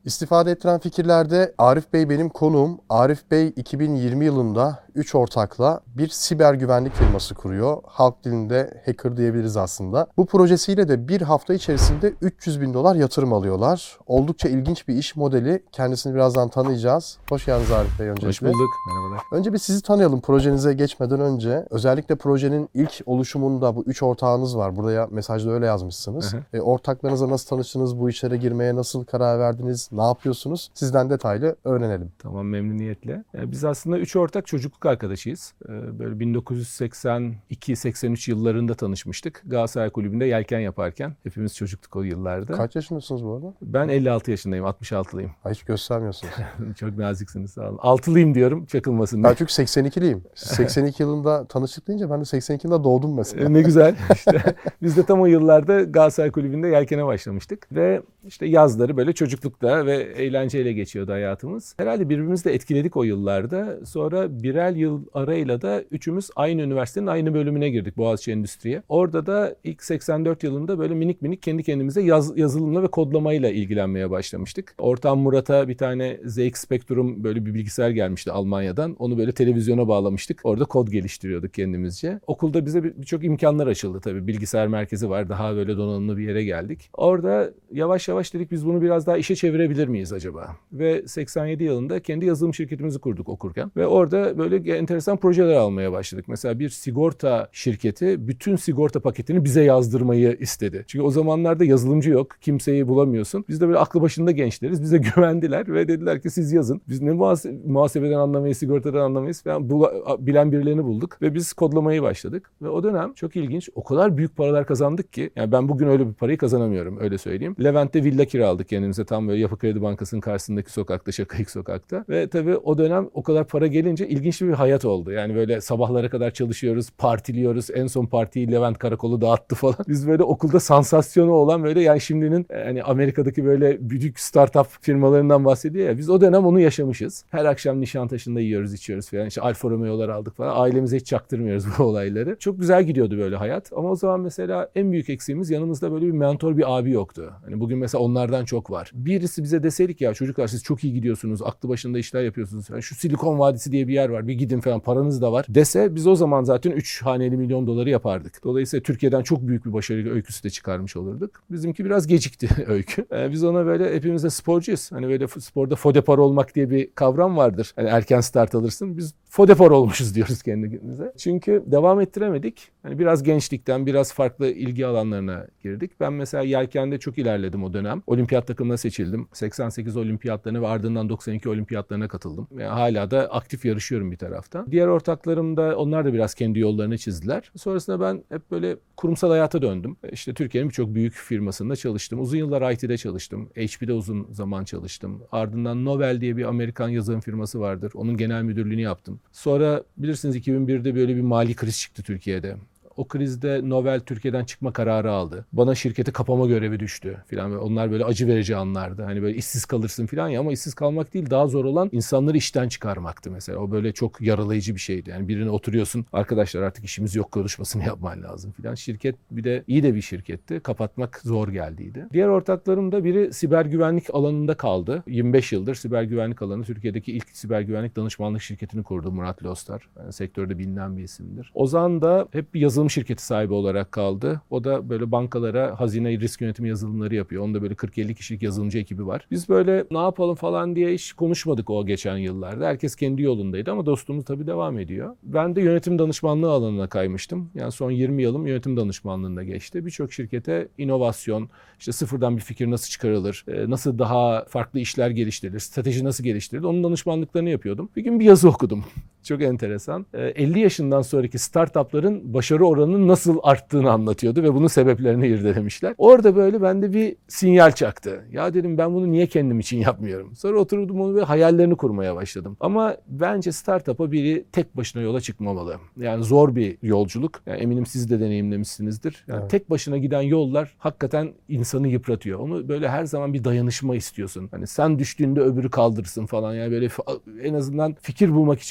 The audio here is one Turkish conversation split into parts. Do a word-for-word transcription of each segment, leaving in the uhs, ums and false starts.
İstifade ettiren fikirlerde Arif Bey benim konuğum. Arif Bey iki bin yirmi yılında üç ortakla bir siber güvenlik firması kuruyor. Halk dilinde hacker diyebiliriz aslında. Bu projesiyle de bir hafta içerisinde üç yüz bin dolar yatırım alıyorlar. Oldukça ilginç bir iş modeli. Kendisini birazdan tanıyacağız. Hoş geldiniz Arif Bey öncelikle. Hoş bulduk. Merhabalar. Önce bir sizi tanıyalım projenize geçmeden önce. Özellikle projenin ilk oluşumunda bu üç ortağınız var. Buraya mesajda öyle yazmışsınız. Hı hı. E, ortaklarınızla nasıl tanıştınız? Bu işlere girmeye nasıl karar verdiniz? Ne yapıyorsunuz? Sizden detaylı öğrenelim. Tamam, memnuniyetle. Yani biz aslında üç ortak çocukluk arkadaşıyız. Böyle bin dokuz yüz seksen iki seksen üç yıllarında tanışmıştık. Galatasaray Kulübü'nde yelken yaparken. Hepimiz çocuktuk o yıllarda. Kaç yaşındasınız bu arada? Ben elli altı yaşındayım, altmış altılıyım. Ha, hiç göstermiyorsunuz. Çok naziksiniz, sağ olun. Altılıyım diyorum, çakılmasın diye. Ben çünkü seksen ikiliyim. Siz seksen iki yılında tanıştık deyince ben de seksen iki yılında doğdum mesela. Ne güzel. İşte biz de tam o yıllarda Galatasaray Kulübü'nde yelkene başlamıştık. Ve işte yazları böyle çocuklukta ve eğlenceyle geçiyordu hayatımız. Herhalde birbirimizi de etkiledik o yıllarda. Sonra birer yıl arayla da üçümüz aynı üniversitenin aynı bölümüne girdik, Boğaziçi Endüstri'ye. Orada da ilk seksen dört yılında böyle minik minik kendi kendimize yaz, yazılımla ve kodlamayla ilgilenmeye başlamıştık. Ortağım Murat'a bir tane Z X Spectrum böyle bir bilgisayar gelmişti Almanya'dan. Onu böyle televizyona bağlamıştık. Orada kod geliştiriyorduk kendimizce. Okulda bize birçok imkanlar açıldı tabii. Bilgisayar merkezi var. Daha böyle donanımlı bir yere geldik. Orada yavaş yavaş dedik biz bunu biraz daha işe çevirebilir miyiz acaba? Ve seksen yedi yılında kendi yazılım şirketimizi kurduk okurken. Ve orada böyle enteresan projeler almaya başladık. Mesela bir sigorta şirketi bütün sigorta paketini bize yazdırmayı istedi. Çünkü o zamanlarda yazılımcı yok. Kimseyi bulamıyorsun. Biz de böyle aklı başında gençleriz. Bize güvendiler ve dediler ki siz yazın. Biz ne muhase- muhasebeden anlamayız, sigortadan anlamayız falan bula- bilen birilerini bulduk. Ve biz kodlamayı başladık. Ve o dönem çok ilginç. O kadar büyük paralar kazandık ki. Yani ben bugün öyle bir parayı kazanamıyorum. Öyle söyleyeyim. Levent'te villa kiraladık kendimize. Tam böyle Yapı Kredi Bankası'nın karşısındaki sokakta, Şakayık sokakta. Ve tabii o dönem o kadar para gelince ilginç bir hayat oldu. Yani böyle sabahlara kadar çalışıyoruz, partiliyoruz. En son partiyi Levent Karakolu dağıttı falan. Biz böyle okulda sansasyonu olan böyle yani şimdinin hani Amerika'daki böyle büyük startup firmalarından bahsediyor ya. Biz o dönem onu yaşamışız. Her akşam Nişantaşı'nda yiyoruz, içiyoruz falan. İşte Alfa Romeo'lar aldık falan. Ailemize hiç çaktırmıyoruz bu olayları. Çok güzel gidiyordu böyle hayat. Ama o zaman mesela en büyük eksiğimiz yanımızda böyle bir mentor, bir abi yoktu. Hani bugün mesela onlardan çok var. Birisi bize deseydik ya çocuklar siz çok iyi gidiyorsunuz, aklı başında işler yapıyorsunuz falan. Şu Silikon Vadisi diye bir yer var, bir gidin falan, paranız da var dese biz o zaman zaten üç haneli milyon doları yapardık. Dolayısıyla Türkiye'den çok büyük bir başarı öyküsü de çıkarmış olurduk. Bizimki biraz gecikti öykü. Yani biz ona böyle hepimiz de sporcuyuz. Hani böyle sporda fodepar olmak diye bir kavram vardır. Hani erken start alırsın. Biz fodepar olmuşuz diyoruz kendimize. Çünkü devam ettiremedik. Hani biraz gençlikten, biraz farklı ilgi alanlarına girdik. Ben mesela yelkende çok ilerledim o dönem. Olimpiyat takımına seçildim. seksen sekiz olimpiyatlarına ve ardından doksan iki olimpiyatlarına katıldım. Yani hala da aktif yarışıyorum bir taraftan. Diğer ortaklarım da onlar da biraz kendi yollarını çizdiler. Sonrasında ben hep böyle kurumsal hayata döndüm. İşte Türkiye'nin birçok büyük firmasında çalıştım. Uzun yıllar I T'de çalıştım. H P'de uzun zaman çalıştım. Ardından Novell diye bir Amerikan yazılım firması vardır. Onun genel müdürlüğünü yaptım. Sonra bilirsiniz iki bin birde böyle bir mali kriz çıktı Türkiye'de. O krizde Novell Türkiye'den çıkma kararı aldı. Bana şirketi kapama görevi düştü filan. Onlar böyle acı verici anlardı. Hani böyle işsiz kalırsın filan ya, ama işsiz kalmak değil, daha zor olan insanları işten çıkarmaktı mesela. O böyle çok yaralayıcı bir şeydi. Yani birine oturuyorsun, arkadaşlar artık işimiz yok konuşmasını yapman lazım filan. Şirket bir de iyi de bir şirketti. Kapatmak zor geldiydi. Diğer ortaklarım da biri siber güvenlik alanında kaldı. yirmi beş yıldır siber güvenlik alanı, Türkiye'deki ilk siber güvenlik danışmanlık şirketini kurdu Murat Lostar. Yani sektörde bilinen bir isimdir. Ozan da hep bir yazılım şirketi sahibi olarak kaldı. O da böyle bankalara hazine risk yönetimi yazılımları yapıyor. Onda böyle kırk elli kişilik yazılımcı ekibi var. Biz böyle ne yapalım falan diye hiç konuşmadık o geçen yıllarda. Herkes kendi yolundaydı ama dostluğumuz tabii devam ediyor. Ben de yönetim danışmanlığı alanına kaymıştım. Yani son yirmi yılım yönetim danışmanlığında geçti. Birçok şirkete inovasyon, işte sıfırdan bir fikir nasıl çıkarılır, nasıl daha farklı işler geliştirilir, strateji nasıl geliştirilir, onun danışmanlıklarını yapıyordum. Bir gün bir yazı okudum. Çok enteresan. elli yaşından sonraki startupların başarı oranının nasıl arttığını anlatıyordu ve bunun sebeplerini irdelemişler. Orada böyle bende bir sinyal çaktı. Ya dedim ben bunu niye kendim için yapmıyorum? Sonra oturdum onu ve hayallerini kurmaya başladım. Ama bence startup'a biri tek başına yola çıkmamalı. Yani zor bir yolculuk. Yani eminim siz de deneyimlemişsinizdir. Yani evet. Tek başına giden yollar hakikaten insanı yıpratıyor. Onu böyle her zaman bir dayanışma istiyorsun. Hani sen düştüğünde öbürü kaldırsın falan. Yani böyle en azından fikir bulmak için birileri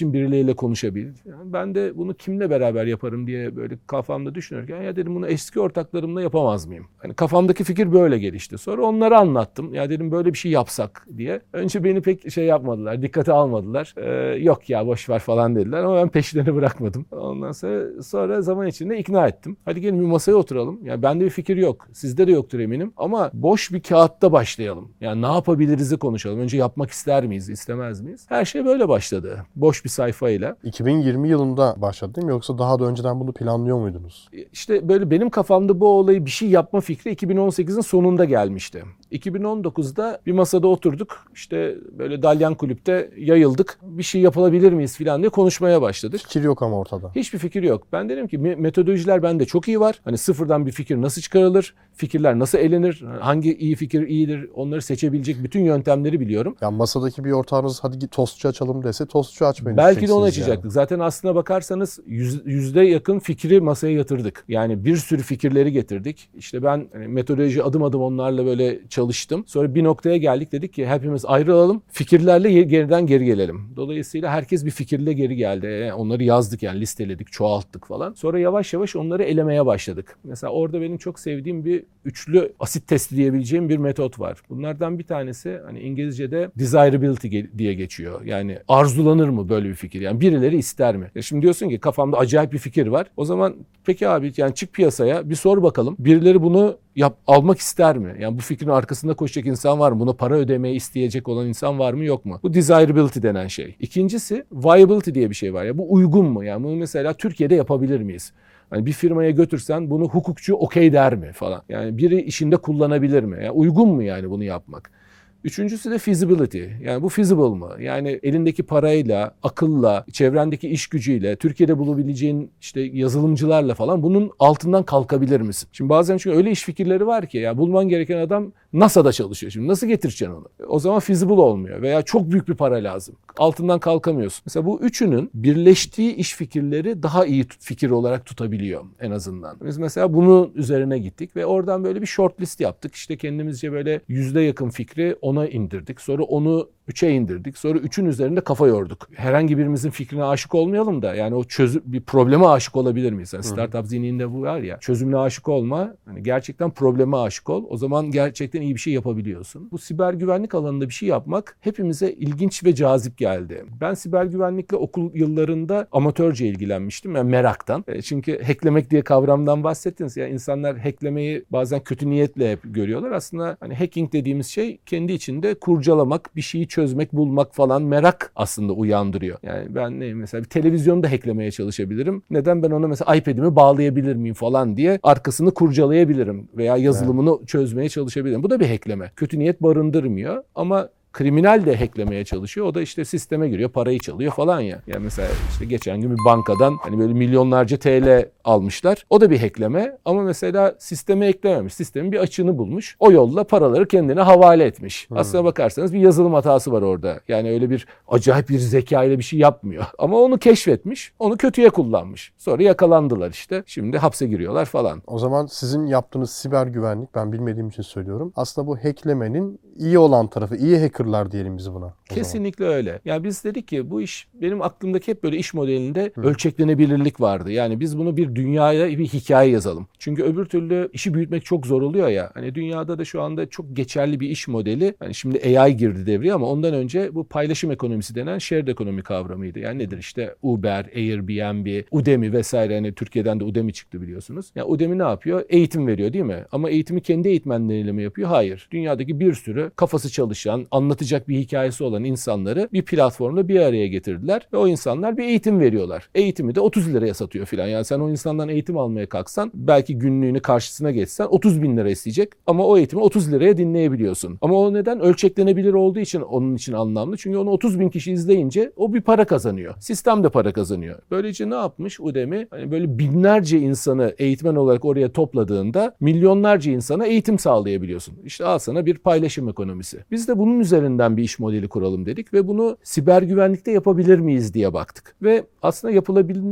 birileriyle konuşabilir. Yani ben de bunu kimle beraber yaparım diye böyle kafamda düşünürken ya dedim bunu eski ortaklarımla yapamaz mıyım? Hani kafamdaki fikir böyle gelişti. Sonra onlara anlattım. Ya dedim böyle bir şey yapsak diye. Önce beni pek şey yapmadılar, dikkate almadılar. Ee, yok ya boş ver falan dediler ama ben peşlerini bırakmadım. Ondan sonra, sonra zaman içinde ikna ettim. Hadi gelin bir masaya oturalım. Ya bende bir fikir yok. Sizde de yoktur eminim. Ama boş bir kağıtta başlayalım. Yani ne yapabiliriz'i konuşalım. Önce yapmak ister miyiz, istemez miyiz? Her şey böyle başladı. Boş bir sayfayla. iki bin yirmi yılında başladı değil mi? Yoksa daha da önceden bunu planlıyor muydunuz? İşte böyle benim kafamda bu olayı bir şey yapma fikri iki bin on sekizin sonunda gelmişti. iki bin on dokuzda bir masada oturduk. İşte böyle Dalyan Kulüp'te yayıldık. Bir şey yapılabilir miyiz falan diye konuşmaya başladık. Fikir yok ama ortada. Hiçbir fikir yok. Ben dedim ki metodolojiler bende çok iyi var. Hani sıfırdan bir fikir nasıl çıkarılır? Fikirler nasıl elenir? Hangi iyi fikir iyidir? Onları seçebilecek bütün yöntemleri biliyorum. Yani masadaki bir ortağınız hadi git tostçu açalım dese tostçu açmayın. Belki de onu açacaktık. Yani. Zaten aslına bakarsanız yüz, yüzde yakın fikri masaya yatırdık. Yani bir sürü fikirleri getirdik. İşte ben hani, metodoloji adım adım onlarla böyle çalıştım. Sonra bir noktaya geldik, dedik ki hepimiz ayrılalım. Fikirlerle geriden geri gelelim. Dolayısıyla herkes bir fikirle geri geldi. Yani onları yazdık yani listeledik, çoğalttık falan. Sonra yavaş yavaş onları elemeye başladık. Mesela orada benim çok sevdiğim bir üçlü asit testi diyebileceğim bir metot var. Bunlardan bir tanesi hani İngilizce'de desirability diye geçiyor. Yani arzulanır mı böyle bir fikir? Yani birileri ister mi? Ya şimdi diyorsun ki kafamda acayip bir fikir var. O zaman peki abi yani çık piyasaya bir sor bakalım. Birileri bunu yap, almak ister mi? Yani bu fikrin arkasında koşacak insan var mı? Buna para ödemeyi isteyecek olan insan var mı yok mu? Bu desirability denen şey. İkincisi viability diye bir şey var. Ya bu uygun mu? Yani bunu mesela Türkiye'de yapabilir miyiz? Hani bir firmaya götürsen bunu hukukçu okey der mi falan. Yani biri işinde kullanabilir mi? Yani uygun mu yani bunu yapmak? Üçüncüsü de feasibility. Yani bu feasible mı? Yani elindeki parayla, akılla, çevrendeki iş gücüyle, Türkiye'de bulabileceğin işte yazılımcılarla falan bunun altından kalkabilir misin? Şimdi bazen çünkü öyle iş fikirleri var ki ya bulman gereken adam NASA'da çalışıyor. Şimdi nasıl getireceksin onu? O zaman feasible olmuyor veya çok büyük bir para lazım. Altından kalkamıyorsun. Mesela bu üçünün birleştiği iş fikirleri daha iyi fikir olarak tutabiliyor en azından. Biz mesela bunun üzerine gittik ve oradan böyle bir short list yaptık. İşte kendimizce böyle yüzde yakın fikri ona indirdik. Sonra onu üçe indirdik. Sonra üçün üzerinde kafa yorduk. Herhangi birimizin fikrine aşık olmayalım da yani o çözüm bir probleme aşık olabilir miyiz? Yani startup zihninde bu var ya. Çözümüne aşık olma. Hani gerçekten probleme aşık ol. O zaman gerçekten iyi bir şey yapabiliyorsun. Bu siber güvenlik alanında bir şey yapmak hepimize ilginç ve cazip geldi. Ben siber güvenlikle okul yıllarında amatörce ilgilenmiştim. Yani meraktan. E çünkü hacklemek diye kavramdan bahsettiniz. Yani insanlar hacklemeyi bazen kötü niyetle hep görüyorlar. Aslında hani hacking dediğimiz şey kendi içinde kurcalamak, bir şeyi çözmek, bulmak falan merak aslında uyandırıyor. Yani ben ne mesela bir televizyonu da hacklemeye çalışabilirim. Neden ben ona mesela iPad'imi bağlayabilir miyim falan diye arkasını kurcalayabilirim veya yazılımını evet. çözmeye çalışabilirim. Bu da bir hackleme. Kötü niyet barındırmıyor ama kriminal de hacklemeye çalışıyor. O da işte sisteme giriyor, parayı çalıyor falan ya. Yani mesela işte geçen gün bir bankadan hani böyle milyonlarca T L almışlar. O da bir hackleme ama mesela sisteme eklememiş. Sistemin bir açığını bulmuş. O yolla paraları kendine havale etmiş. Hmm. Aslına bakarsanız bir yazılım hatası var orada. Yani öyle bir acayip bir zeka ile bir şey yapmıyor. Ama onu keşfetmiş. Onu kötüye kullanmış. Sonra yakalandılar işte. Şimdi hapse giriyorlar falan. O zaman sizin yaptığınız siber güvenlik, ben bilmediğim için söylüyorum. Aslında bu hacklemenin iyi olan tarafı, iyi hackerlar diyelim biz buna. Kesinlikle zaman. Öyle. Yani biz dedik ki bu iş benim aklımdaki hep böyle iş modelinde Hı. ölçeklenebilirlik vardı. Yani biz bunu bir dünyaya bir hikaye yazalım. Çünkü öbür türlü işi büyütmek çok zor oluyor ya. Hani dünyada da şu anda çok geçerli bir iş modeli. Hani şimdi A I girdi devreye ama ondan önce bu paylaşım ekonomisi denen shared ekonomi kavramıydı. Yani nedir işte Uber, Airbnb, Udemy vesaire. Hani Türkiye'den de Udemy çıktı biliyorsunuz. Yani Udemy ne yapıyor? Eğitim veriyor değil mi? Ama eğitimi kendi eğitmenleriyle mi yapıyor? Hayır. Dünyadaki bir sürü kafası çalışan, anlatacak bir hikayesi olan insanları bir platformda bir araya getirdiler ve o insanlar bir eğitim veriyorlar. Eğitimi de otuz liraya satıyor filan. Yani sen o insandan eğitim almaya kalksan belki günlüğünü karşısına geçsen otuz bin lira isteyecek ama o eğitimi otuz liraya dinleyebiliyorsun. Ama o neden? Ölçeklenebilir olduğu için onun için anlamlı. Çünkü onu otuz bin kişi izleyince o bir para kazanıyor. Sistem de para kazanıyor. Böylece ne yapmış Udemy? Hani böyle binlerce insanı eğitmen olarak oraya topladığında milyonlarca insana eğitim sağlayabiliyorsun. İşte al sana bir paylaşım ekonomisi. Biz de bunun üzerinden bir iş modeli kuralım dedik ve bunu siber güvenlikte yapabilir miyiz diye baktık. Ve aslında yapılabilir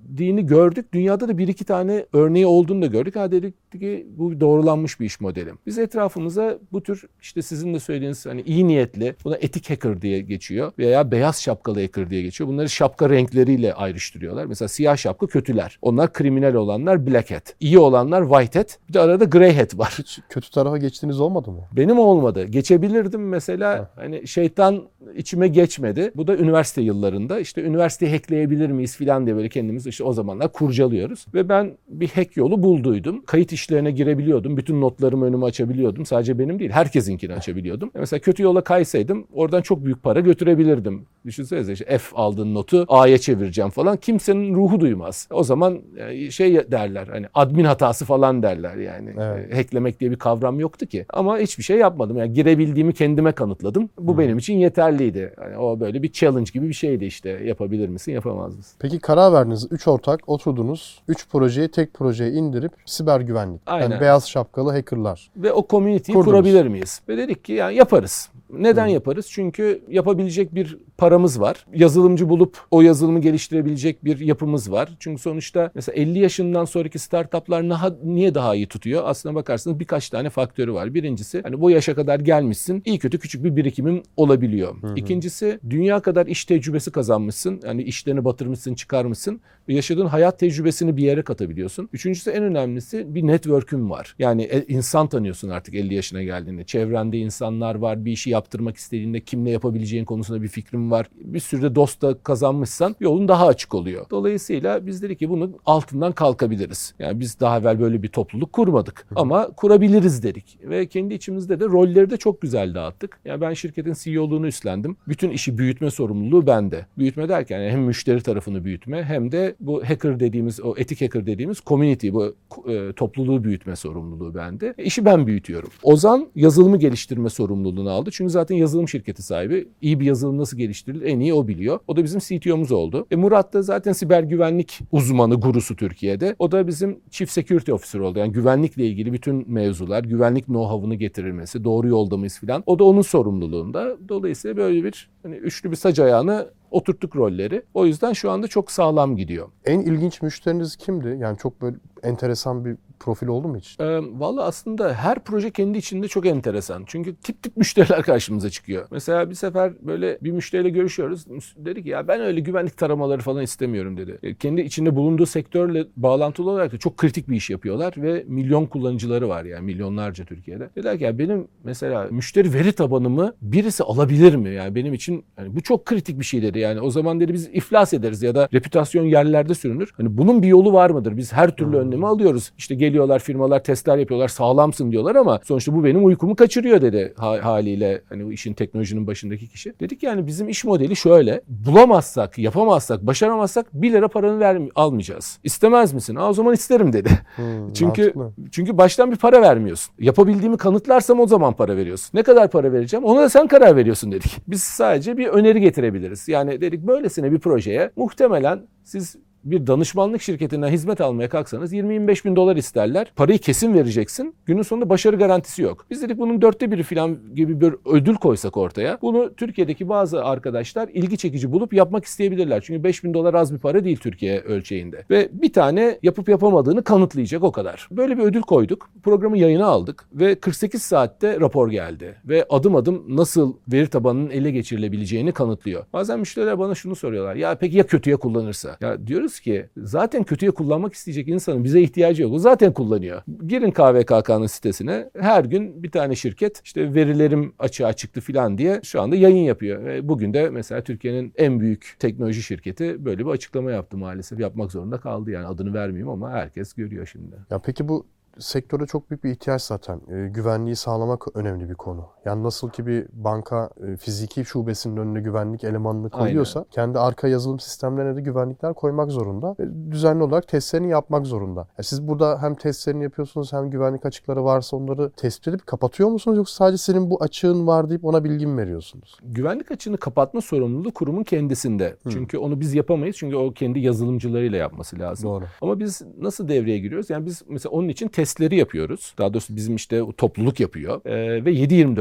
işlediğini gördük. Dünyada da bir iki tane örneği olduğunu da gördük. Ha dedik ki bu doğrulanmış bir iş modeli. Biz etrafımıza bu tür işte sizin de söylediğiniz hani iyi niyetli, buna etik hacker diye geçiyor veya beyaz şapkalı hacker diye geçiyor. Bunları şapka renkleriyle ayrıştırıyorlar. Mesela siyah şapka kötüler. Onlar kriminal olanlar black hat. İyi olanlar white hat. Bir de arada grey hat var. Hiç kötü tarafa geçtiğiniz olmadı mı? Benim olmadı. Geçebilirdim mesela. Ha. Hani şeytan içime geçmedi. Bu da üniversite yıllarında. İşte üniversiteyi hackleyebilir miyiz filan diye böyle kendimiz işte o zamanlar kurcalıyoruz. Ve ben bir hack yolu bulduydum. Kayıt işlerine girebiliyordum. Bütün notlarımı önüme açabiliyordum. Sadece benim değil, herkesinkini açabiliyordum. Mesela kötü yola kaysaydım oradan çok büyük para götürebilirdim. Düşünsenize işte F aldığın notu A'ya çevireceğim falan. Kimsenin ruhu duymaz. O zaman şey derler hani admin hatası falan derler yani. Evet. Hacklemek diye bir kavram yoktu ki. Ama hiçbir şey yapmadım. Yani girebildiğimi kendime kanıtladım. Bu hmm. benim için yeterliydi. Yani o böyle bir challenge gibi bir şeydi işte. Yapabilir misin, yapamaz mısın? Peki karar verdiniz. Üç ortak oturdunuz. Üç projeyi tek projeye indirip siber güvenlik. Aynen. Yani beyaz şapkalı hackerlar. Ve o community'yi kurabilir miyiz? Ve dedik ki yani yaparız. Neden hmm. yaparız? Çünkü yapabilecek bir paramız var. Yazılımcı bulup o yazılımı geliştirebilecek bir yapımız var. Çünkü sonuçta mesela elli yaşından sonraki startuplar naha, niye daha iyi tutuyor? Aslına bakarsanız birkaç tane faktörü var. Birincisi hani bu yaşa kadar gelmişsin. İyi kötü küçük bir birikimin olabiliyor. Hmm. İkincisi dünya kadar iş tecrübesi kazanmışsın. Yani işlerini batırmışsın, çıkarmışsın. Ve yaşadığın hayat tecrübesini bir yere katabiliyorsun. Üçüncüsü en önemlisi bir network'ün var. Yani insan tanıyorsun artık elli yaşına geldiğinde. Çevrende insanlar var. Bir işi yaptırmak istediğinde kimle yapabileceğin konusunda bir fikrin var. Bir sürü de dost da kazanmışsan yolun daha açık oluyor. Dolayısıyla biz dedik ki bunun altından kalkabiliriz. Yani biz daha evvel böyle bir topluluk kurmadık. Hı. Ama kurabiliriz dedik. Ve kendi içimizde de rolleri de çok güzel dağıttık. Yani ben şirketin C E O'luğunu üstlendim. Bütün işi büyütme sorumluluğu bende. Büyütme derken yani hem müşteri tarafını büyütme hem de bu hacker dediğimiz, o etik hacker dediğimiz community, bu e, topluluğu büyütme sorumluluğu bende. E, işi ben büyütüyorum. Ozan yazılımı geliştirme sorumluluğunu aldı. Çünkü zaten yazılım şirketi sahibi. İyi bir yazılım nasıl geliştirilir en iyi o biliyor. O da bizim C T O'muz oldu. E, Murat da zaten siber güvenlik uzmanı, gurusu Türkiye'de. O da bizim Chief Security Officer oldu. Yani güvenlikle ilgili bütün mevzular, güvenlik know-how'ını getirilmesi, doğru yolda mıyız filan. O da onun sorumluluğunda. Dolayısıyla böyle bir hani üçlü bir saç ayağını oturttuk rolleri. O yüzden şu anda çok sağlam gidiyor. En ilginç müşteriniz kimdi? Yani çok böyle enteresan bir profil oldu mu hiç? Ee, Valla aslında her proje kendi içinde çok enteresan. Çünkü tip tip müşteriler karşımıza çıkıyor. Mesela bir sefer böyle bir müşteriyle görüşüyoruz. Dedi ki ya ben öyle güvenlik taramaları falan istemiyorum dedi. E, kendi içinde bulunduğu sektörle bağlantılı olarak da çok kritik bir iş yapıyorlar ve milyon kullanıcıları var yani milyonlarca Türkiye'de. Dediler ki ya benim mesela müşteri veri tabanımı birisi alabilir mi? Yani benim için yani bu çok kritik bir şey dedi. Yani o zaman dedi biz iflas ederiz ya da reputasyon yerlerde sürünür. Hani bunun bir yolu var mıdır? Biz her türlü hmm. önlemi alıyoruz. İşte geliyorlar firmalar testler yapıyorlar sağlamsın diyorlar ama sonuçta bu benim uykumu kaçırıyor dedi haliyle hani bu işin teknolojinin başındaki kişi. Dedik yani bizim iş modeli şöyle bulamazsak yapamazsak başaramazsak bir lira paranı ver, almayacağız. İstemez misin? Aa, o zaman isterim dedi. Hmm, çünkü mantıklı. Çünkü baştan bir para vermiyorsun. Yapabildiğimi kanıtlarsam o zaman para veriyorsun. Ne kadar para vereceğim? Ona da sen karar veriyorsun dedik. Biz sadece bir öneri getirebiliriz. Yani dedik böylesine bir projeye muhtemelen siz bir danışmanlık şirketinden hizmet almaya kalksanız yirmi yirmi beş bin dolar isterler. Parayı kesin vereceksin. Günün sonunda başarı garantisi yok. Biz dedik bunun dörtte biri falan gibi bir ödül koysak ortaya. Bunu Türkiye'deki bazı arkadaşlar ilgi çekici bulup yapmak isteyebilirler. Çünkü beş bin dolar az bir para değil Türkiye ölçeğinde. Ve bir tane yapıp yapamadığını kanıtlayacak o kadar. Böyle bir ödül koyduk. Programı yayına aldık. Ve kırk sekiz saatte rapor geldi. Ve adım adım nasıl veri tabanının ele geçirilebileceğini kanıtlıyor. Bazen müşteriler bana şunu soruyorlar. Ya peki ya kötüye kullanırsa? Ya diyoruz ki zaten kötüye kullanmak isteyecek insanın bize ihtiyacı yok. O zaten kullanıyor. Girin K V K K'nın sitesine. Her gün bir tane şirket işte verilerim açığa çıktı falan diye şu anda yayın yapıyor. Ve bugün de mesela Türkiye'nin en büyük teknoloji şirketi böyle bir açıklama yaptı maalesef. Yapmak zorunda kaldı yani adını vermeyeyim ama herkes görüyor şimdi. Ya peki bu sektöre çok büyük bir ihtiyaç zaten. E, güvenliği sağlamak önemli bir konu. Yani nasıl ki bir banka e, fiziki şubesinin önüne güvenlik elemanını koyuyorsa aynen. Kendi arka yazılım sistemlerine de güvenlikler koymak zorunda. Ve düzenli olarak testlerini yapmak zorunda. Yani siz burada hem testlerini yapıyorsunuz hem güvenlik açıkları varsa onları tespit edip kapatıyor musunuz? Yoksa sadece senin bu açığın var deyip ona bilgi mi veriyorsunuz? Güvenlik açığını kapatma sorumluluğu kurumun kendisinde. Hmm. Çünkü onu biz yapamayız. Çünkü o kendi yazılımcılarıyla yapması lazım. Doğru. Ama biz nasıl devreye giriyoruz? Yani biz mesela onun için testleri yapıyoruz. Daha doğrusu bizim işte topluluk yapıyor. Ee, ve yedi yirmi dört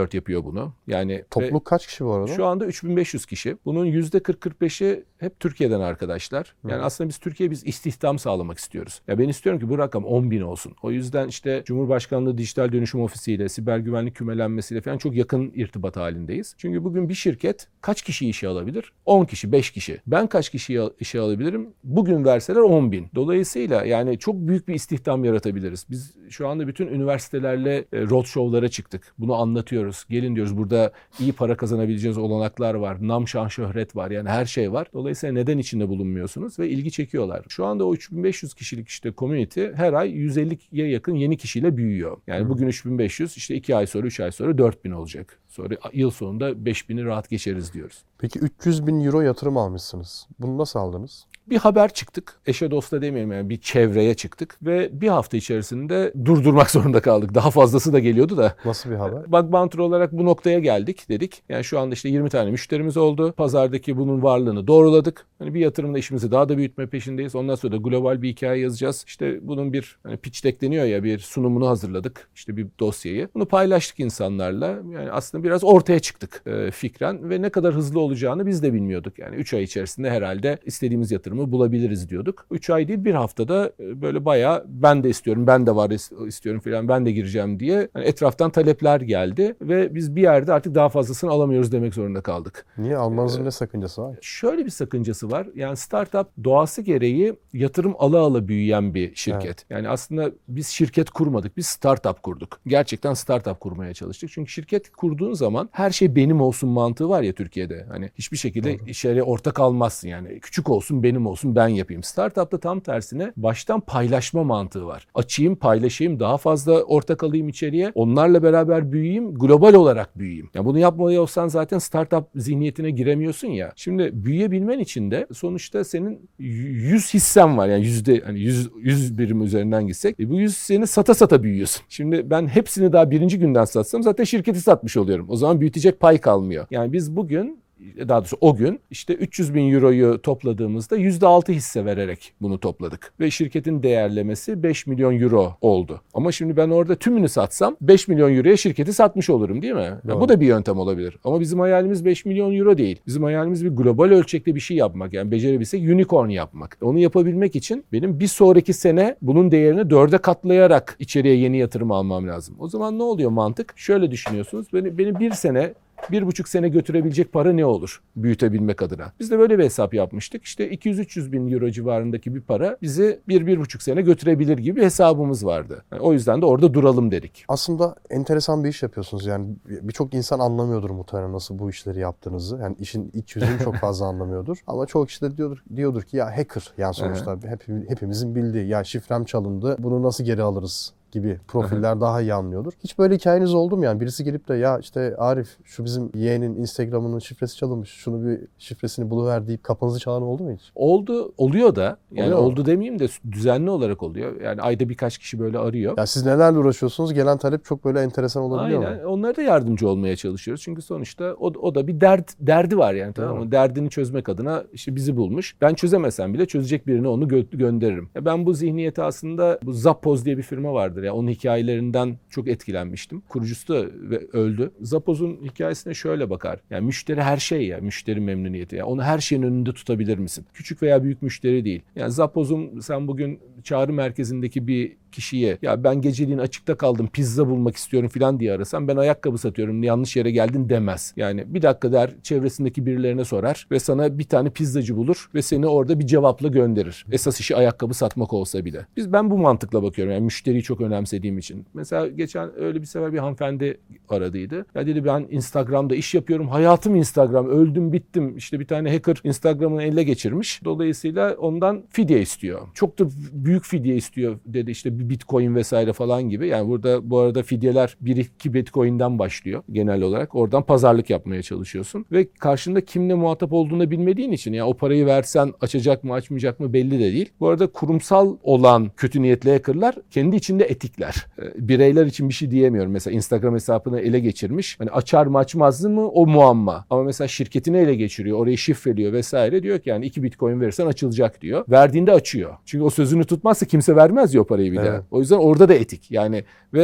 dört yapıyor bunu. Yani topluluk kaç kişi bu arada? Şu anda üç bin beş yüz kişi. Bunun yüzde kırk kırk beşi hep Türkiye'den arkadaşlar. Yani Hı. aslında biz Türkiye'ye biz istihdam sağlamak istiyoruz. Ya ben istiyorum ki bu rakam on bin olsun. O yüzden işte Cumhurbaşkanlığı Dijital Dönüşüm Ofisi ile siber güvenlik kümelenmesiyle falan çok yakın irtibat halindeyiz. Çünkü bugün bir şirket kaç kişi işe alabilir? on kişi, beş kişi. Ben kaç kişiyi işe alabilirim? Bugün verseler on bin. Dolayısıyla yani çok büyük bir istihdam yaratabiliriz. Biz şu anda bütün üniversitelerle roadshow'lara çıktık. Bunu anlatıyoruz. Gelin diyoruz, burada iyi para kazanabileceğiniz olanaklar var. Nam, şan, şöhret var. Yani her şey var. Dolayısıyla neden içinde bulunmuyorsunuz? Ve ilgi çekiyorlar. Şu anda o üç bin beş yüz kişilik işte community her ay yüz elliye yakın yeni kişiyle büyüyor. Yani hmm. bugün üç bin beş yüz, işte iki ay sonra, üç ay sonra dört bin olacak. Sonra yıl sonunda beş bini rahat geçeriz diyoruz. Peki üç yüz bin euro yatırım almışsınız. Bunu nasıl aldınız? Bir haber çıktık. Eşe dosta demeyelim, yani bir çevreye çıktık ve bir hafta içerisinde durdurmak zorunda kaldık. Daha fazlası da geliyordu da. Nasıl bir haber? Bug Bounty olarak bu noktaya geldik dedik. Yani şu anda işte yirmi tane müşterimiz oldu. Pazardaki bunun varlığını doğruladık. Hani bir yatırımda işimizi daha da büyütme peşindeyiz. Ondan sonra da global bir hikaye yazacağız. İşte bunun bir hani pitch deck deniyor ya, bir sunumunu hazırladık. İşte bir dosyayı. Bunu paylaştık insanlarla. Yani aslında biraz ortaya çıktık e, fikren ve ne kadar hızlı olacağını biz de bilmiyorduk. Yani üç ay içerisinde herhalde istediğimiz yatırımı bulabiliriz diyorduk. üç ay değil, bir haftada böyle bayağı ben de istiyorum, ben de var istiyorum falan, ben de gireceğim diye yani etraftan talepler geldi ve biz bir yerde artık daha fazlasını alamıyoruz demek zorunda kaldık. Niye? Almanızın ee, ne sakıncası var? Şöyle bir sakıncası var. Yani startup doğası gereği yatırım ala ala büyüyen bir şirket. Evet. Yani aslında biz şirket kurmadık, biz startup kurduk. Gerçekten startup kurmaya çalıştık. Çünkü şirket kurduğun zaman her şey benim olsun mantığı var ya Türkiye'de. Hani hiçbir şekilde işe ortak almazsın yani. Küçük olsun, benim olsun, ben yapayım. Startup'ta tam tersine baştan paylaşma mantığı var. Açayım, paylaşayım, daha fazla ortak alayım içeriye. Onlarla beraber büyüyeyim, global olarak büyüyeyim. Yani bunu yapmaya olsan zaten startup zihniyetine giremiyorsun ya. Şimdi büyüyebilmen için de sonuçta senin yüz hissen var. Yani yüzde hani yüz, yüz birim üzerinden gitsek. E bu yüz hisseni sata sata büyüyorsun. Şimdi ben hepsini daha birinci günden satsam zaten şirketi satmış oluyorum. O zaman büyütecek pay kalmıyor. Yani biz bugün, daha doğrusu o gün işte üç yüz bin euroyu topladığımızda yüzde altı hisse vererek bunu topladık. Ve şirketin değerlemesi beş milyon euro oldu. Ama şimdi ben orada tümünü satsam beş milyon euroya şirketi satmış olurum, değil mi? Yani bu da bir yöntem olabilir. Ama bizim hayalimiz beş milyon euro değil. Bizim hayalimiz bir global ölçekte bir şey yapmak. Yani becerebilsek unicorn yapmak. Onu yapabilmek için benim bir sonraki sene bunun değerini dörde katlayarak içeriye yeni yatırım almam lazım. O zaman ne oluyor mantık? Şöyle düşünüyorsunuz. Beni, beni bir sene Bir buçuk sene götürebilecek para ne olur büyütebilmek adına? Biz de böyle bir hesap yapmıştık. İşte iki yüz üç yüz bin euro civarındaki bir para bizi bir, bir buçuk sene götürebilir gibi bir hesabımız vardı. Yani o yüzden de orada duralım dedik. Aslında enteresan bir iş yapıyorsunuz. Yani birçok insan anlamıyordur muhtemelen nasıl bu işleri yaptığınızı. Yani işin iç yüzünü çok fazla anlamıyordur. Ama çoğu kişi de diyordur, diyordur ki ya hacker. Yani sonuçta hep, hepimizin bildiği ya şifrem çalındı, bunu nasıl geri alırız gibi profiller daha iyi anlıyordur. Hiç böyle hikayeniz oldu mu yani? Birisi gelip de ya işte Arif şu bizim yeğenin Instagram'ının şifresi çalınmış. Şunu bir şifresini buluver deyip kapınızı çalan oldu mu hiç? Oldu. Oluyor da. Yani oluyor oldu mu? Demeyeyim de düzenli olarak oluyor. Yani ayda birkaç kişi böyle arıyor. Ya siz nelerle uğraşıyorsunuz? Gelen talep çok böyle enteresan olabiliyor Aynen. mu? Onlara da yardımcı olmaya çalışıyoruz. Çünkü sonuçta o, o da bir dert derdi var yani, tamam mı? Derdini çözmek adına işte bizi bulmuş. Ben çözemesem bile çözecek birine onu gö- gönderirim. Ya ben bu zihniyeti aslında, bu Zappos diye bir firma vardır ya, onun hikayelerinden çok etkilenmiştim. Kurucusu da öldü. Zappos'un hikayesine şöyle bakar. Yani müşteri her şey ya, müşteri memnuniyeti. Yani onu her şeyin önünde tutabilir misin? Küçük veya büyük müşteri değil. Yani Zappos'un sen bugün çağrı merkezindeki bir kişiye ya ben geceliğin açıkta kaldım, pizza bulmak istiyorum falan diye arasam, ben ayakkabı satıyorum, yanlış yere geldin demez. Yani bir dakika der, çevresindeki birilerine sorar ve sana bir tane pizzacı bulur ve seni orada bir cevapla gönderir. Esas işi ayakkabı satmak olsa bile. Biz ben bu mantıkla bakıyorum. Yani müşteriyi çok önemsediğim için. Mesela geçen öyle bir sefer bir hanımefendi aradıydı. Ya dedi ben Instagram'da iş yapıyorum. Hayatım Instagram. Öldüm bittim. İşte bir tane hacker Instagram'ını ele geçirmiş. Dolayısıyla ondan fidye istiyor. Çok da büyük fidye istiyor dedi. İşte bir Bitcoin vesaire falan gibi. Yani burada bu arada fidyeler bir iki Bitcoin'den başlıyor genel olarak. Oradan pazarlık yapmaya çalışıyorsun. Ve karşında kimle muhatap olduğunu bilmediğin için ya o parayı versen açacak mı açmayacak mı belli de değil. Bu arada kurumsal olan kötü niyetli hackerlar kendi içinde etikler. Bireyler için bir şey diyemiyorum. Mesela Instagram hesabını ele geçirmiş. Hani açar mı açmaz mı o muamma. Ama mesela şirketini ele geçiriyor. Orayı şifreliyor vesaire. Diyor ki yani iki Bitcoin verirsen açılacak diyor. Verdiğinde açıyor. Çünkü o sözünü tutmazsa kimse vermez ya o parayı bir daha. Evet. O yüzden orada da etik. Yani ve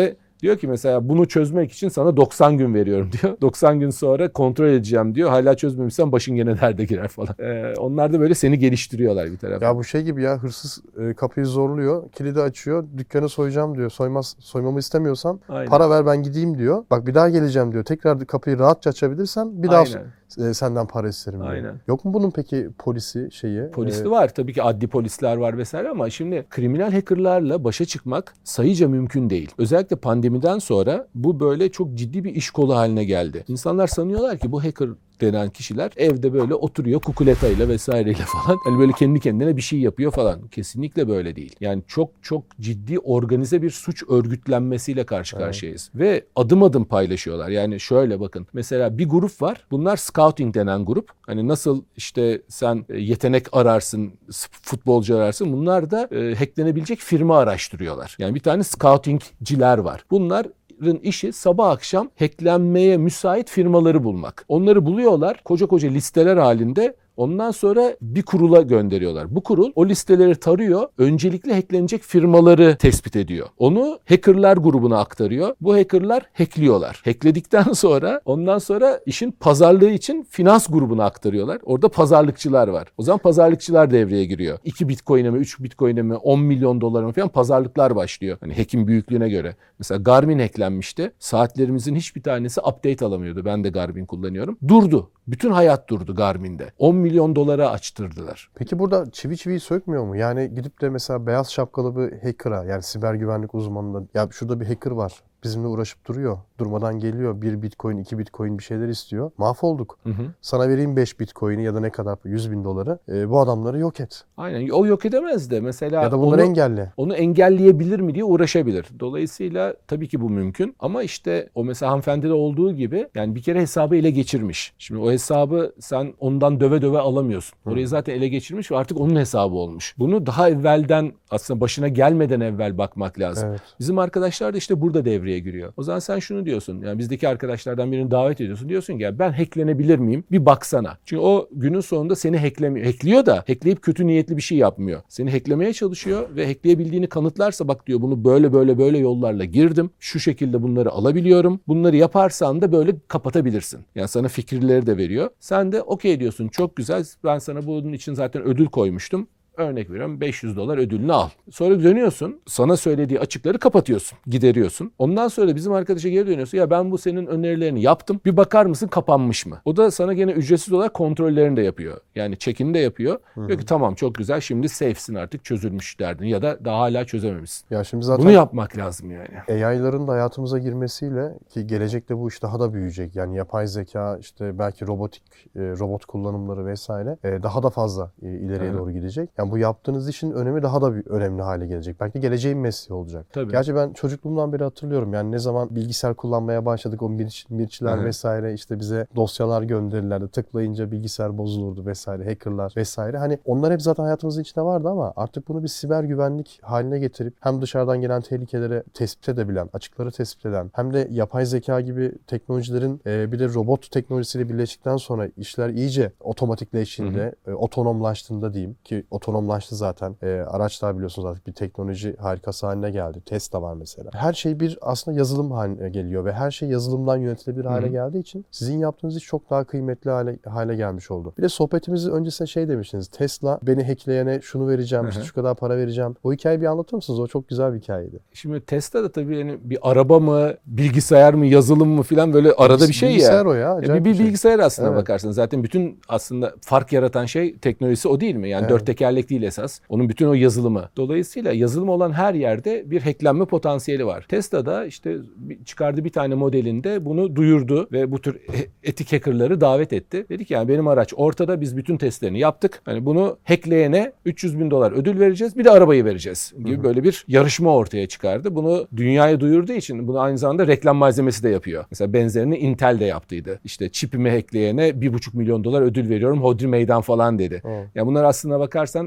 Diyor ki mesela bunu çözmek için sana doksan gün veriyorum diyor. doksan gün sonra kontrol edeceğim diyor. Hala çözmemişsen başın gene derde girer falan. Ee, onlar da böyle seni geliştiriyorlar bir taraftan. Ya bu şey gibi ya, hırsız e, kapıyı zorluyor, kilidi açıyor, dükkanı soyacağım diyor. Soymaz, soymamı istemiyorsan Aynen. para ver ben gideyim diyor. Bak bir daha geleceğim diyor. Tekrar kapıyı rahatça açabilirsen bir daha Aynen. e, senden para isterim diyor. Aynen. Yok mu bunun peki polisi şeyi? Polisi e, var. Tabii ki adli polisler var vesaire ama şimdi kriminal hackerlarla başa çıkmak sayıca mümkün değil. Özellikle pandemiden sonra bu böyle çok ciddi bir iş kolu haline geldi. İnsanlar sanıyorlar ki bu hacker denen kişiler evde böyle oturuyor kukuletayla vesaireyle falan. Hani böyle kendi kendine bir şey yapıyor falan. Kesinlikle böyle değil. Yani çok çok ciddi organize bir suç örgütlenmesiyle karşı karşıyayız. Evet. Ve adım adım paylaşıyorlar. Yani şöyle bakın. Mesela bir grup var. Bunlar scouting denen grup. Hani nasıl işte sen yetenek ararsın, futbolcu ararsın. Bunlar da e, hacklenebilecek firma araştırıyorlar. Yani bir tane scoutingciler var. Bunlar işi sabah akşam hacklenmeye müsait firmaları bulmak. Onları buluyorlar koca koca listeler halinde. Ondan sonra bir kurula gönderiyorlar. Bu kurul o listeleri tarıyor. Öncelikle hacklenecek firmaları tespit ediyor. Onu hackerlar grubuna aktarıyor. Bu hackerlar hackliyorlar. Hackledikten sonra ondan sonra işin pazarlığı için finans grubuna aktarıyorlar. Orada pazarlıkçılar var. O zaman pazarlıkçılar devreye giriyor. iki bitcoin'e mi, üç bitcoin'e mi, on milyon dolara mı falan pazarlıklar başlıyor. Hani hack'in büyüklüğüne göre. Mesela Garmin hacklenmişti. Saatlerimizin hiçbir tanesi update alamıyordu. Ben de Garmin kullanıyorum. Durdu. Bütün hayat durdu Garmin'de. on milyon dolara açtırdılar. Peki burada çivi çiviyi sökmüyor mu? Yani gidip de mesela beyaz şapkalı bir hacker'a, yani siber güvenlik uzmanına, ya şurada bir hacker var, bizimle uğraşıp duruyor. Durmadan geliyor. Bir bitcoin, iki bitcoin bir şeyler istiyor. Mahvolduk. Hı hı. Sana vereyim beş bitcoin'i ya da ne kadar, yüz bin doları. E, bu adamları yok et. Aynen. O yok edemez de. Mesela ya da bunları onu, engelle. Onu engelleyebilir mi diye uğraşabilir. Dolayısıyla tabii ki bu mümkün. Ama işte o mesela hanımefendide olduğu gibi yani bir kere hesabı ele geçirmiş. Şimdi o hesabı sen ondan döve döve alamıyorsun. Hı. Orayı zaten ele geçirmiş ve artık onun hesabı olmuş. Bunu daha evvelden, aslında başına gelmeden evvel bakmak lazım. Evet. Bizim arkadaşlar da işte burada devreye giriyor. O zaman sen şunu diyorsun. Yani bizdeki arkadaşlardan birini davet ediyorsun. Diyorsun ki ya ben hacklenebilir miyim? Bir baksana. Çünkü o günün sonunda seni hacklemiyor. Hackliyor da hackleyip kötü niyetli bir şey yapmıyor. Seni hacklemeye çalışıyor ve hackleyebildiğini kanıtlarsa bak diyor bunu böyle böyle böyle yollarla girdim. Şu şekilde bunları alabiliyorum. Bunları yaparsan da böyle kapatabilirsin. Yani sana fikirleri de veriyor. Sen de okey diyorsun. Çok güzel. Ben sana bunun için zaten ödül koymuştum. Örnek veriyorum beş yüz dolar ödülünü al. Sonra dönüyorsun. Sana söylediği açıkları kapatıyorsun. Gideriyorsun. Ondan sonra bizim arkadaşa geri dönüyorsun. Ya ben bu senin önerilerini yaptım. Bir bakar mısın kapanmış mı? O da sana gene ücretsiz olarak kontrollerini de yapıyor. Yani check-in de yapıyor. Hı-hı. Diyor ki tamam çok güzel şimdi safe'sin artık çözülmüş derdin. Ya da daha hala çözememişsin. Ya şimdi zaten bunu yapmak lazım yani. A I'ların da hayatımıza girmesiyle ki gelecekte bu iş daha da büyüyecek. Yani yapay zeka işte belki robotik robot kullanımları vesaire daha da fazla ileriye evet. doğru gidecek. Yani bu yaptığınız işin önemi daha da bir önemli hale gelecek. Belki geleceğin mesleği olacak. Tabii. Gerçi ben çocukluğumdan beri hatırlıyorum. Yani ne zaman bilgisayar kullanmaya başladık o mirç, mirçler evet. vesaire işte bize dosyalar gönderirlerdi. Tıklayınca bilgisayar bozulurdu vesaire. Hackerlar vesaire. Hani onlar hep zaten hayatımızın içinde vardı ama artık bunu bir siber güvenlik haline getirip hem dışarıdan gelen tehlikeleri tespit edebilen, açıkları tespit eden hem de yapay zeka gibi teknolojilerin e, bir de robot teknolojisiyle birleştikten sonra işler iyice otomatikleştiğinde, e, otonomlaştığında diyeyim ki otonomlaştı zaten. E, araçlar biliyorsunuz artık bir teknoloji harikası haline geldi. Tesla var mesela. Her şey bir aslında yazılım haline geliyor ve her şey yazılımdan yönetilebilir hale Hı-hı. geldiği için sizin yaptığınız iş çok daha kıymetli hale, hale gelmiş oldu. Bir de sohbetimizin öncesinde şey demiştiniz. Tesla beni hackleyene şunu vereceğim, işte şu kadar para vereceğim. O hikayeyi bir anlatır mısınız? O çok güzel bir hikayeydi. Şimdi Tesla da tabii yani bir araba mı, bilgisayar mı, yazılım mı falan böyle arada bir şey bilgisayar ya. o ya. ya bir, bir şey. Bilgisayar aslında evet. bakarsanız. Zaten bütün aslında fark yaratan şey teknolojisi o değil mi? Yani evet. dört tekerlek değil esas. Onun bütün o yazılımı. Dolayısıyla yazılım olan her yerde bir hacklenme potansiyeli var. Tesla'da işte çıkardığı bir tane modelinde bunu duyurdu ve bu tür etik hackerları davet etti. Dedi ki yani benim araç ortada, biz bütün testlerini yaptık. Hani bunu hackleyene üç yüz bin dolar ödül vereceğiz, bir de arabayı vereceğiz gibi Hı-hı. böyle bir yarışma ortaya çıkardı. Bunu dünyaya duyurduğu için bunu aynı zamanda reklam malzemesi de yapıyor. Mesela benzerini Intel de yaptıydı. İşte çipimi hackleyene bir buçuk milyon dolar ödül veriyorum, hodri meydan falan dedi. Hı. Yani bunlar aslına bakarsan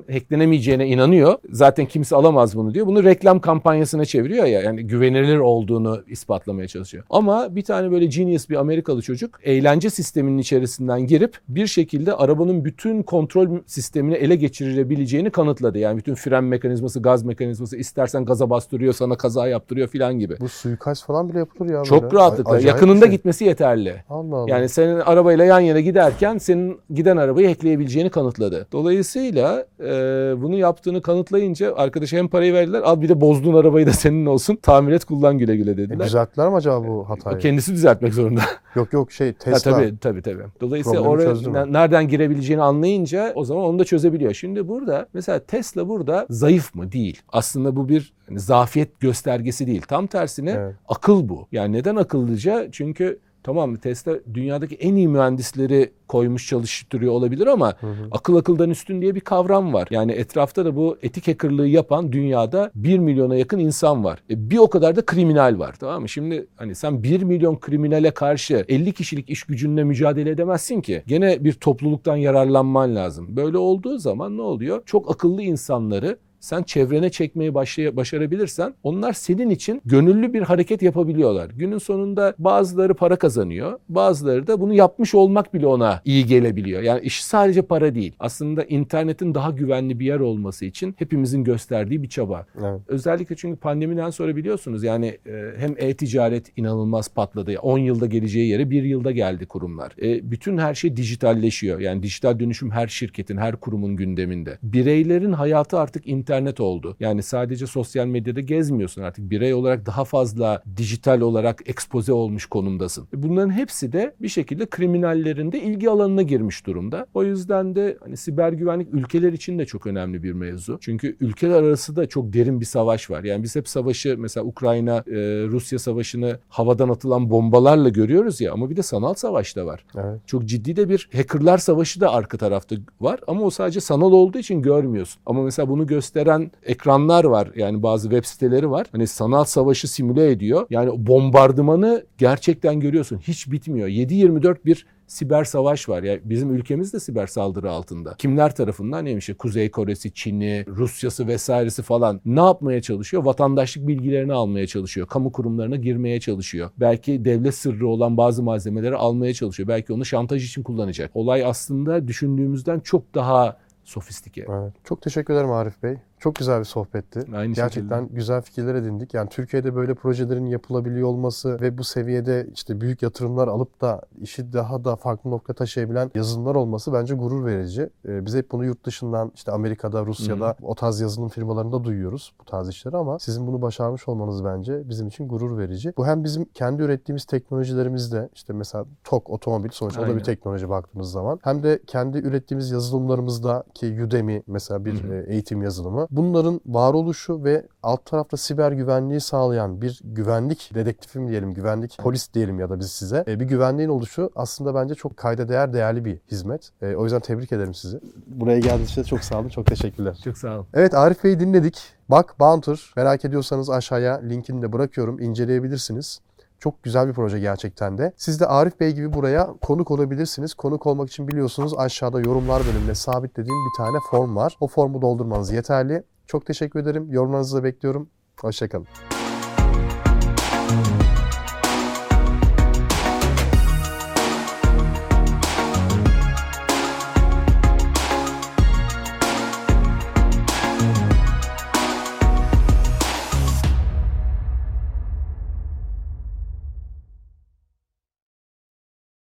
hacklenemeyeceğine inanıyor. Zaten kimse alamaz bunu diyor. Bunu reklam kampanyasına çeviriyor ya. Yani güvenilir olduğunu ispatlamaya çalışıyor. Ama bir tane böyle genius bir Amerikalı çocuk eğlence sisteminin içerisinden girip bir şekilde arabanın bütün kontrol sistemini ele geçirebileceğini kanıtladı. Yani bütün fren mekanizması, gaz mekanizması, istersen gaza bastırıyor, sana kaza yaptırıyor filan gibi. Bu suikast falan bile yapılır ya. Çok böyle. rahatlıkla. Acayip Yakınında bir şey. gitmesi yeterli. Allah Allah. Yani senin arabayla yan yana giderken senin giden arabayı hackleyebileceğini kanıtladı. Dolayısıyla e, bunu yaptığını kanıtlayınca arkadaşa hem parayı verdiler, al bir de bozduğun arabayı da senin olsun, tamir et kullan güle güle dediler. E, düzelttiler mi acaba bu hatayı? O kendisi düzeltmek zorunda. Yok yok şey Tesla. Ha, tabii tabii tabii. Dolayısıyla Problemi oraya çözdü mü? ne- nereden girebileceğini anlayınca o zaman onu da çözebiliyor. Şimdi burada mesela Tesla burada zayıf mı? Değil. Aslında bu bir hani, zafiyet göstergesi değil. Tam tersine Evet. akıl bu. Yani neden akıllıca? Çünkü tamam Tesla dünyadaki en iyi mühendisleri koymuş çalıştırıyor olabilir ama Hı hı. akıl akıldan üstün diye bir kavram var. Yani etrafta da bu etik hackerlığı yapan dünyada bir milyona yakın insan var. E bir o kadar da kriminal var, tamam mı? Şimdi hani sen bir milyon kriminale karşı elli kişilik iş gücünle mücadele edemezsin ki. Gene bir topluluktan yararlanman lazım. Böyle olduğu zaman ne oluyor? Çok akıllı insanları sen çevrene çekmeyi başlay- başarabilirsen onlar senin için gönüllü bir hareket yapabiliyorlar. Günün sonunda bazıları para kazanıyor, bazıları da bunu yapmış olmak bile ona iyi gelebiliyor. Yani iş sadece para değil. Aslında internetin daha güvenli bir yer olması için hepimizin gösterdiği bir çaba. Evet. Özellikle çünkü pandemiden sonra biliyorsunuz yani e, hem e-ticaret inanılmaz patladı. on yılda geleceği yere bir yılda geldi kurumlar. E, bütün her şey dijitalleşiyor. Yani dijital dönüşüm her şirketin, her kurumun gündeminde. Bireylerin hayatı artık internet internet oldu. Yani sadece sosyal medyada gezmiyorsun artık. Birey olarak daha fazla dijital olarak ekspoze olmuş konumdasın. Bunların hepsi de bir şekilde kriminallerin de ilgi alanına girmiş durumda. O yüzden de hani siber güvenlik ülkeler için de çok önemli bir mevzu. Çünkü ülkeler arası da çok derin bir savaş var. Yani biz hep savaşı mesela Ukrayna, e, Rusya savaşını havadan atılan bombalarla görüyoruz ya, ama bir de sanal savaş da var. Evet. Çok ciddi de bir hackerlar savaşı da arka tarafta var ama o sadece sanal olduğu için görmüyorsun. Ama mesela bunu gösteren ekranlar var. Yani bazı web siteleri var. Hani sanal savaşı simüle ediyor. Yani bombardımanı gerçekten görüyorsun. Hiç bitmiyor. yedi yirmi dört bir siber savaş var. Yani bizim ülkemiz de siber saldırı altında. Kimler tarafından? Neymiş? İşte Kuzey Kore'si, Çin'i, Rusya'sı vesairesi falan ne yapmaya çalışıyor? Vatandaşlık bilgilerini almaya çalışıyor. Kamu kurumlarına girmeye çalışıyor. Belki devlet sırrı olan bazı malzemeleri almaya çalışıyor. Belki onu şantaj için kullanacak. Olay aslında düşündüğümüzden çok daha sofistike. Evet. Çok teşekkür ederim Arif Bey. Çok güzel bir sohbetti. Aynı Gerçekten şekilde. güzel fikirler edindik. Yani Türkiye'de böyle projelerin yapılabiliyor olması ve bu seviyede işte büyük yatırımlar alıp da işi daha da farklı nokta taşıyabilen yazılımlar olması bence gurur verici. Ee, biz hep bunu yurt dışından işte Amerika'da, Rusya'da Hı. o tarz yazılım firmalarında duyuyoruz bu tarz işleri ama sizin bunu başarmış olmanız bence bizim için gurur verici. Bu hem bizim kendi ürettiğimiz teknolojilerimizde işte mesela T O G otomobil sonuçta o da Aynen. bir teknoloji baktığımız zaman hem de kendi ürettiğimiz yazılımlarımızda ki Udemy mesela bir Hı hı. e, eğitim yazılımı. Bunların varoluşu ve alt tarafta siber güvenliği sağlayan bir güvenlik dedektifi mi diyelim, güvenlik polis diyelim ya da biz size e, bir güvenliğin oluşu aslında bence çok kayda değer değerli bir hizmet. E, o yüzden tebrik ederim sizi. Buraya geldiğiniz için çok sağ olun. Çok teşekkürler. Çok sağ olun. Evet, Arif Bey'i dinledik. Bak Bounter, merak ediyorsanız aşağıya linkini de bırakıyorum. İnceleyebilirsiniz. Çok güzel bir proje gerçekten de. Siz de Arif Bey gibi buraya konuk olabilirsiniz. Konuk olmak için biliyorsunuz aşağıda yorumlar bölümüne sabitlediğim bir tane form var. O formu doldurmanız yeterli. Çok teşekkür ederim. Yorumlarınızı da bekliyorum. Hoşça kalın.